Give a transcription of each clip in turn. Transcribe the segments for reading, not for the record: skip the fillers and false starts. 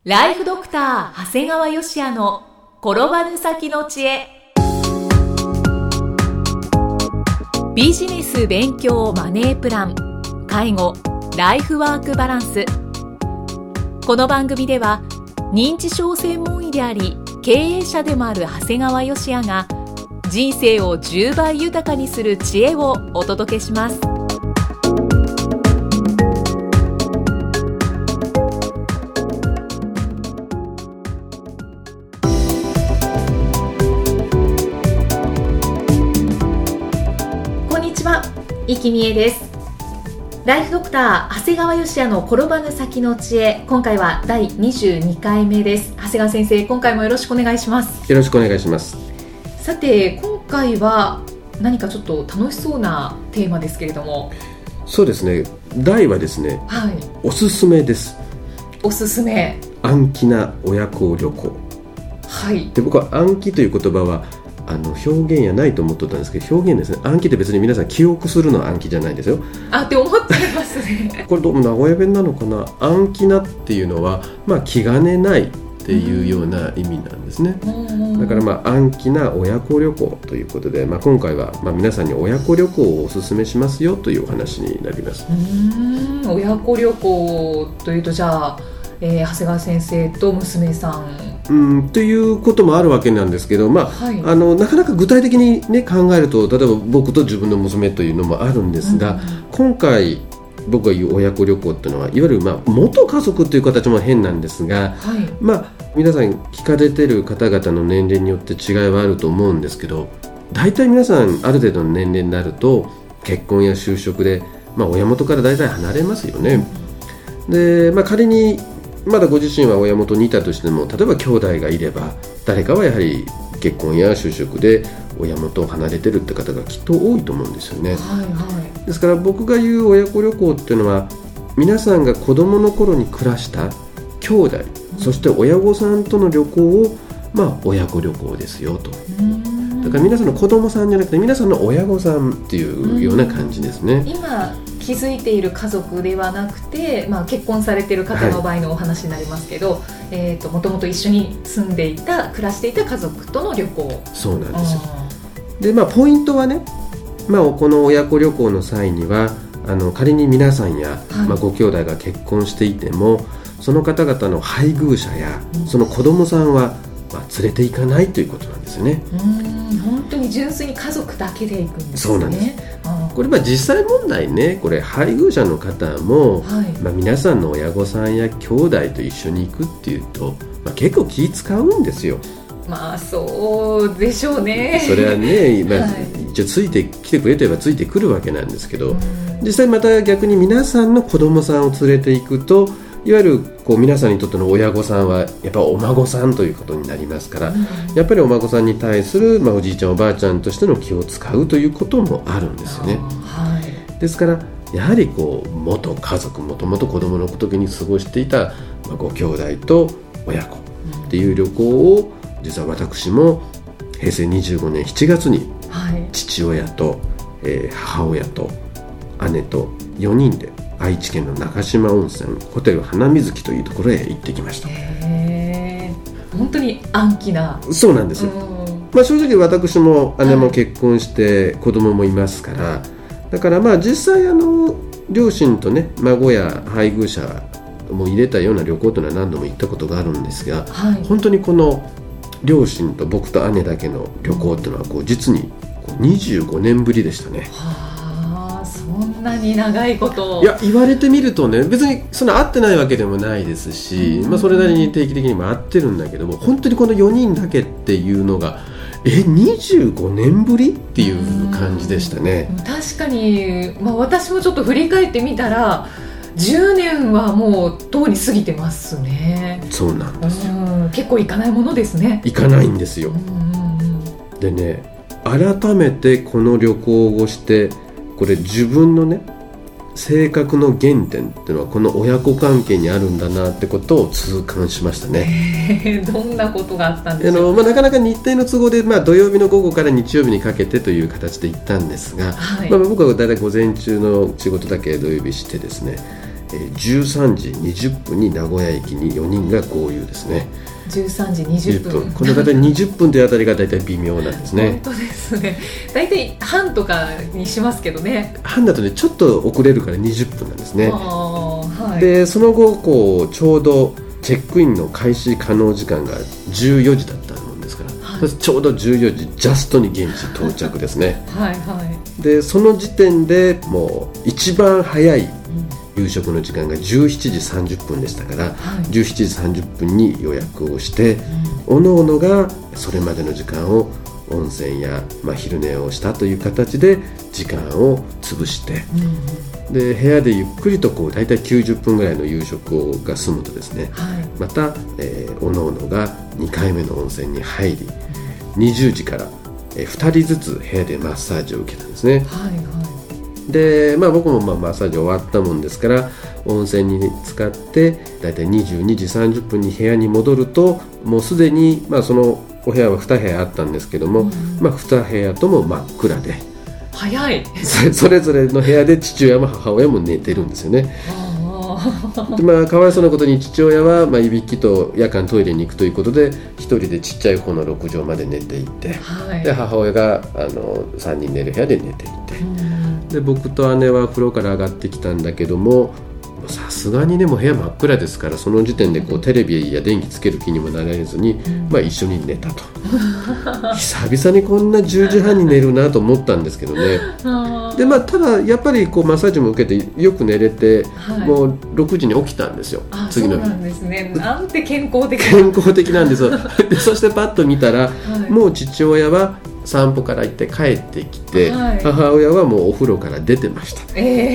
ライフドクター長谷川芳也の転ばぬ先の知恵。ビジネス勉強マネープラン、介護、ライフワークバランス。この番組では認知症専門医であり経営者でもある長谷川芳也が人生を10倍豊かにする知恵をお届けします。生きみえです。ライフドクター長谷川芳也の転ばぬ先の知恵、今回は第22回目です。長谷川先生、今回もよろしくお願いします。 よろしくお願いします。 さて、今回は何かちょっと楽しそうなテーマですけれども。 そうですね、題はですね、 はい、 おすすめです。 おすすめ、 暗記な親子旅行。 はい。 で、僕は暗記という言葉は表現やないと思ってたんですけど、表現ですね。暗記って別に皆さん記憶するのは暗記じゃないですよ。 って思っちゃいますねこれどう名古屋弁なのかな。暗記なっていうのは、気兼ねないっていうような意味なんですね。だから暗記な親子旅行ということで、今回は皆さんに親子旅行をおすすめしますよというお話になります。 親子旅行というと、じゃあ長谷川先生と娘さんということもあるわけなんですけど、なかなか具体的に、考えると、例えば僕と自分の娘というのもあるんですが、今回僕が言う親子旅行っていうのは、いわゆる元家族という形も変なんですが、皆さん聞かれている方々の年齢によって違いはあると思うんですけど、大体皆さんある程度の年齢になると結婚や就職で、親元から大体離れますよね。で、仮にまだご自身は親元にいたとしても、例えば兄弟がいれば誰かはやはり結婚や就職で親元を離れてるって方がきっと多いと思うんですよね。ですから僕が言う親子旅行っていうのは、皆さんが子供の頃に暮らした兄弟、そして親御さんとの旅行を、親子旅行ですよと。だから皆さんの子供さんじゃなくて、皆さんの親御さんっていうような感じですね。 今気づいている家族ではなくて、結婚されている方の場合のお話になりますけど、もともと一緒に住んでいた、暮らしていた家族との旅行。 そうなんですよ。で、ポイントはね、この親子旅行の際には、仮に皆さんや、ご兄弟が結婚していても、その方々の配偶者や、その子供さんは、連れて行かないということなんですよね。 本当に純粋に家族だけで行くんですね。 そうなんです。これ実際問題ね、これ配偶者の方も、皆さんの親御さんや兄弟と一緒に行くっていうと、結構気使うんですよ。 そうでしょうね。 それはね、一応ついてきてくれといえばついてくるわけなんですけど、実際また逆に皆さんの子供さんを連れて行くと、いわゆる皆さんにとっての親御さんはやっぱお孫さんということになりますから、やっぱりお孫さんに対する、おじいちゃんおばあちゃんとしての気を使うということもあるんですよね。ですからやはり元家族、もともと子供の時に過ごしていた、ご兄弟と親子っていう旅行を、実は私も平成25年7月に父親と、母親と姉と4人で愛知県の中島温泉ホテル花水木というところへ行ってきました。 本当に暗記な。 そうなんですよ。正直私も姉も結婚して子供もいますから、だから実際両親とね、孫や配偶者も入れたような旅行というのは何度も行ったことがあるんですが、本当にこの両親と僕と姉だけの旅行っていうのは実に25年ぶりでしたね。 そんなに長いこと。 いや、言われてみるとね、別にそんな会ってないわけでもないですし、それなりに定期的にも会ってるんだけども、本当にこの4人だけっていうのが25年ぶりっていう感じでしたね。 確かに、私もちょっと振り返ってみたら10年はもうとうに過ぎてますね。 そうなんですよ。 結構行かないものですね。 行かないんですよ。でね、改めてこの旅行をして、これ自分のね、性格の原点っていうのはこの親子関係にあるんだなってことを痛感しましたね。 どんなことがあったんでしょう。 なかなか日程の都合で、土曜日の午後から日曜日にかけてという形で行ったんですが、僕はだいたい午前中の仕事だけ土曜日してですね、 13時20分に名古屋駅に4人が合流ですね。 13時20分この大体20分というあたりが大体微妙なんですね。 本当ですね。大体半とかにしますけどね。 半だとねちょっと遅れるから20分なんですね。 はい、 でその後ちょうどチェックインの開始可能時間が14時だったもんですから、はい、ちょうど14時ジャストに現地到着ですね。 はいはい。 でその時点でもう一番早い夕食の時間が17時30分でしたから、はい、17時30分に予約をして、おのおのがそれまでの時間を温泉や、昼寝をしたという形で時間を潰して、で部屋でゆっくりと大体90分ぐらいの夕食が済むとですね、はい、また、おのおのが2回目の温泉に入り、20時から、2人ずつ部屋でマッサージを受けたんですね。はいはい。で僕もマッサージ終わったもんですから温泉に浸かってだいたい22時30分に部屋に戻ると、もうすでに、そのお部屋は2部屋あったんですけども、2部屋とも真っ暗で、 早いそれぞれの部屋で父親も母親も寝てるんですよね。でかわいそうなことに父親はいびきと夜間トイレに行くということで一人でちっちゃい方の6畳まで寝ていて、はい、で母親が3人寝る部屋で寝ていて、で僕と姉は風呂から上がってきたんだけども、さすがにねもう部屋真っ暗ですから、その時点でテレビや電気つける気にもなれずに、一緒に寝たと久々にこんな10時半に寝るなと思ったんですけどね。でただやっぱりマッサージも受けてよく寝れて、はい、もう6時に起きたんですよ。次の日。そうなんですね。 なんて健康的なんですよでそしてパッと見たら、はい、もう父親は散歩から行って帰ってきて、はい、母親はもうお風呂から出てました。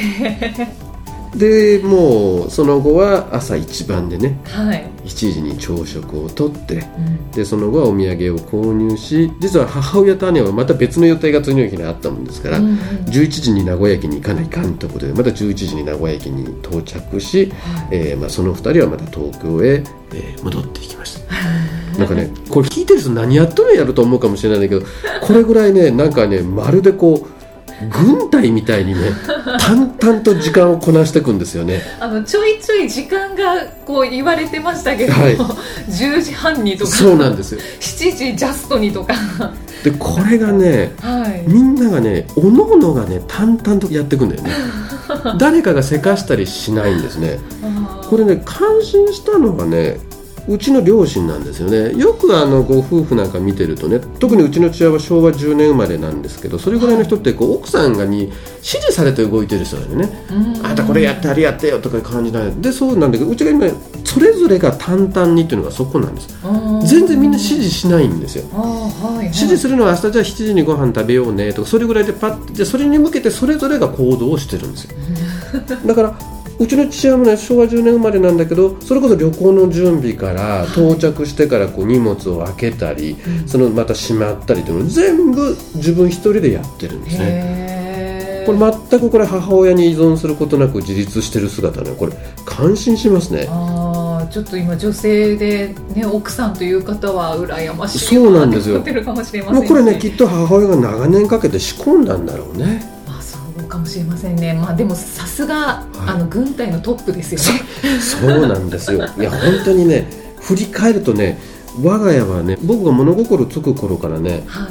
でもうその後は朝一番でね、はい、7時に朝食をとって、でその後はお土産を購入し、実は母親と姉はまた別の予定が次の日にあったもんですから、11時に名古屋駅に行かないかんということでまた11時に名古屋駅に到着し、その2人はまた東京へ、戻っていきましたなんかねこれ聞いてる人何やっとるんやると思うかもしれないんだけど、これぐらいねなんかねまるで軍隊みたいにね淡々と時間をこなしていくんですよね。 ちょいちょい時間が言われてましたけど、はい、10時半にとかそうなんですよ、 7時ジャストにとかでこれがね、はい、みんながねおのおのがね淡々とやっていくんだよね誰かがせかしたりしないんですね。これね感心したのがねうちの両親なんですよね。よくご夫婦なんか見てるとね、特にうちの父親は昭和10年生まれなんですけど、それぐらいの人って奥さんに指示されて動いてる人だよね。あんたこれやってあれやってよとかいう感じなんで、そうなんだけどうちが今それぞれが淡々にっていうのがそこなんです。全然みんな指示しないんですよ。指示するのは明日じゃあ7時にご飯食べようねとか、それぐらいでパッてそれに向けてそれぞれが行動をしてるんですよだからうちの父親もね昭和10年生まれなんだけど、それこそ旅行の準備から到着してから荷物を開けたり、そのまたしまったりというのを全部自分一人でやってるんですね。これ全く母親に依存することなく自立してる姿ね、これ感心しますね。 ちょっと今女性で、奥さんという方は羨ましいそうなんですよ。 思ってるかもしれませんし、 これねきっと母親が長年かけて仕込んだんだろうね。 かもしれませんね。でもさすが、軍隊のトップですよねそうなんですよ。いや本当にね振り返るとね、我が家はね僕が物心つく頃からね、はい、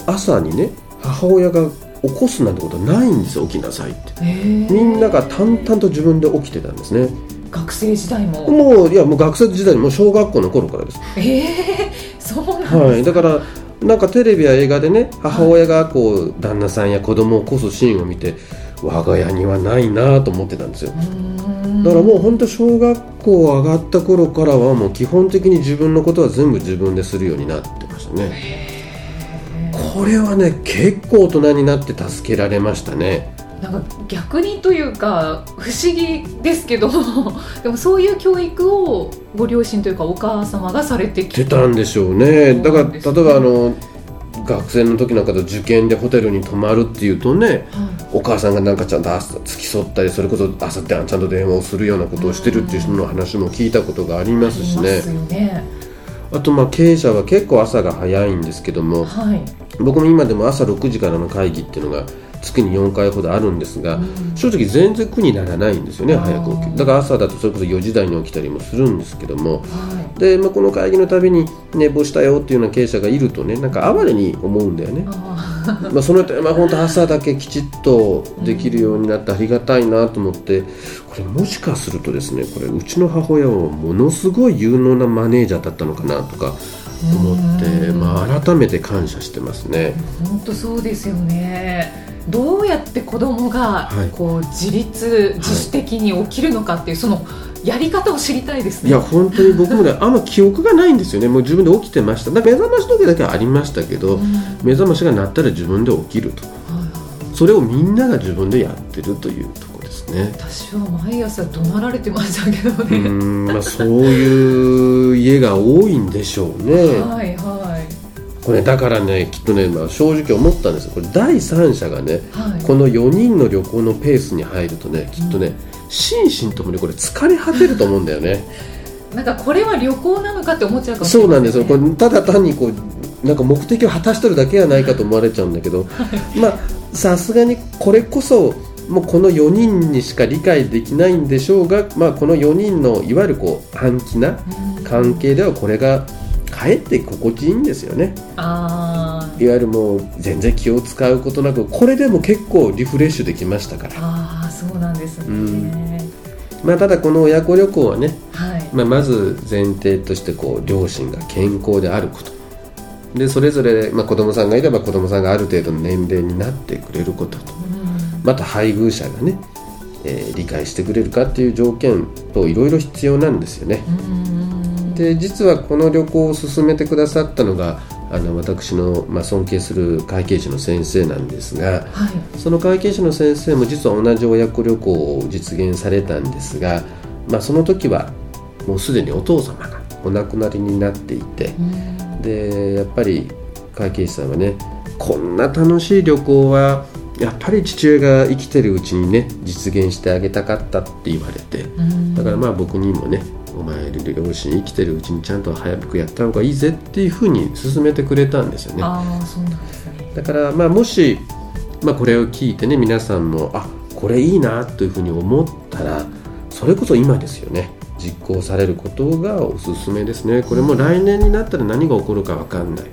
朝にね母親が起こすなんてことはないんですよ。起きなさいって、みんなが淡々と自分で起きてたんですね。 学生時代ももう学生時代も小学校の頃からです。 そうなんですか。 はい、だからなんかテレビや映画でね母親が旦那さんや子供を起こすシーンを見て、我が家にはないなと思ってたんですよ。だからもう本当小学校上がった頃からはもう基本的に自分のことは全部自分でするようになってましたね。これはね結構大人になって助けられましたね。 なんか逆にというか不思議ですけどでもそういう教育をご両親というかお母様がされてきてたんでしょうね。だから例えば学生の時なんかと受験でホテルに泊まるっていうとね、お母さんがなんかちゃんと付き添ったり、それこそ朝ちゃんと電話をするようなことをしてるっていう人の話も聞いたことがありますしね。あと経営者は結構朝が早いんですけども、僕も今でも朝6時からの会議っていうのが月に4回ほどあるんですが、正直全然苦にならないんですよね。早く起きる。だから朝だとそれこそ4時台に起きたりもするんですけども、で、この会議のたびに寝坊したよっていうような経営者がいるとね、なんか哀れに思うんだよね。その点本当朝だけきちっとできるようになってありがたいなと思って、これもしかするとですね、これうちの母親はものすごい有能なマネージャーだったのかなとか思って、改めて感謝してますね。 本当そうですよね。どうやって子供がこう自主的に起きるのかっていう、そのやり方を知りたいですね。 いや本当に僕もねあんま記憶がないんですよね。もう自分で起きてました。だから目覚まし時計だけはありましたけど、目覚ましが鳴ったら自分で起きると、それをみんなが自分でやってるというところですね。 私は毎朝怒鳴られてましたけどね。 そういう家が多いんでしょうね。これだからね、きっとね、正直思ったんですよ。これ第三者がね、この4人の旅行のペースに入るとね、きっとね、心身ともにこれ疲れ果てると思うんだよね。 なんかこれは旅行なのかって思っちゃうかもしれない。 そうなんですよ。これただ単にこうなんか目的を果たしてるだけじゃないかと思われちゃうんだけど、さすがにこれこそもうこの4人にしか理解できないんでしょうが、この4人のいわゆるこう暗記な関係ではこれがかえって心地いいんですよね。いわゆるもう全然気を使うことなく、これでも結構リフレッシュできましたから。 そうなんですね。 ただこの親子旅行はね、まず前提としてこう両親が健康であることで、それぞれ、子供さんがいれば子供さんがある程度の年齢になってくれることと、また配偶者がね、理解してくれるかっていう条件といろいろ必要なんですよね。で実はこの旅行を進めてくださったのが私の、尊敬する会計士の先生なんですが、その会計士の先生も実は同じ親子旅行を実現されたんですが、その時はもうすでにお父様がお亡くなりになっていて、でやっぱり会計士さんはね、こんな楽しい旅行はやっぱり父親が生きてるうちにね実現してあげたかったって言われて、だから僕にもね、お前両親生きてるうちにちゃんと早くやった方がいいぜっていうふうに勧めてくれたんですよね。 そうなんですね。 だからもし、これを聞いてね、皆さんもこれいいなというふうに思ったら、それこそ今ですよね、実行されることがおすすめですね。これも来年になったら何が起こるか分かんない、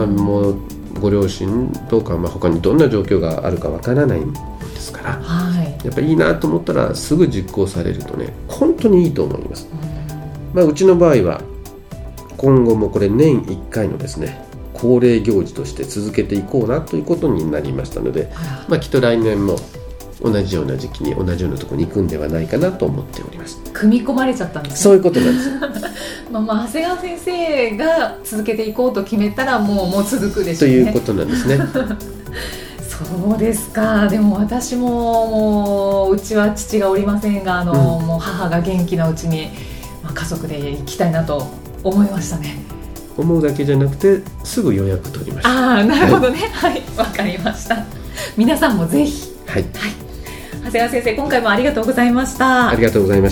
もうご両親とか、他にどんな状況があるか分からないんですから、やっぱりいいなと思ったらすぐ実行されるとね、本当にいいと思います。うちの場合は今後もこれ年1回のですね恒例行事として続けていこうなということになりましたので、きっと来年も同じような時期に同じようなところに行くんではないかなと思っております。 組み込まれちゃったんですね。 そういうことなんです長谷川先生が続けていこうと決めたらもう続くでしょうね、 ということなんですね。 そうですか。でも私もうちは父がおりませんが、もう母が元気なうちに、家族で行きたいなと思いましたね。 思うだけじゃなくてすぐ予約取りました。 なるほどね。わかりました。皆さんもぜひ。長谷川先生、今回もありがとうございました。 ありがとうございました。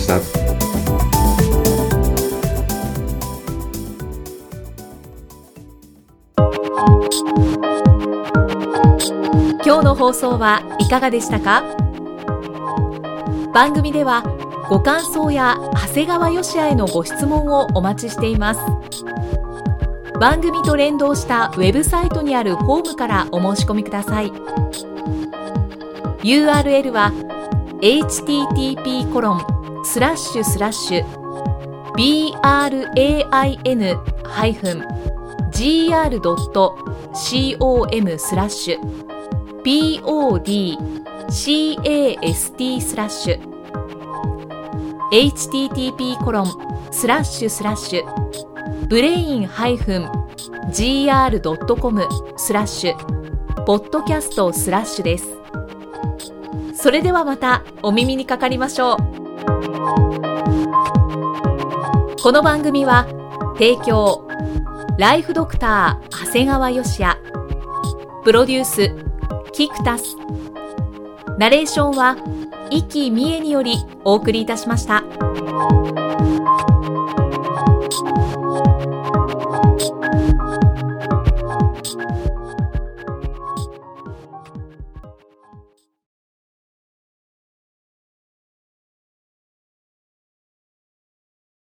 今日の放送はいかがでしたか？番組ではご感想や長谷川芳也へのご質問をお待ちしています。番組と連動したウェブサイトにあるフォームからお申し込みください。URL は brain-gr.com/podcast/ です。それではまたお耳にかかりましょう。この番組は提供ライフドクター長谷川芳也、プロデュースキクタス、ナレーションは生きみえによりお送りいたしました。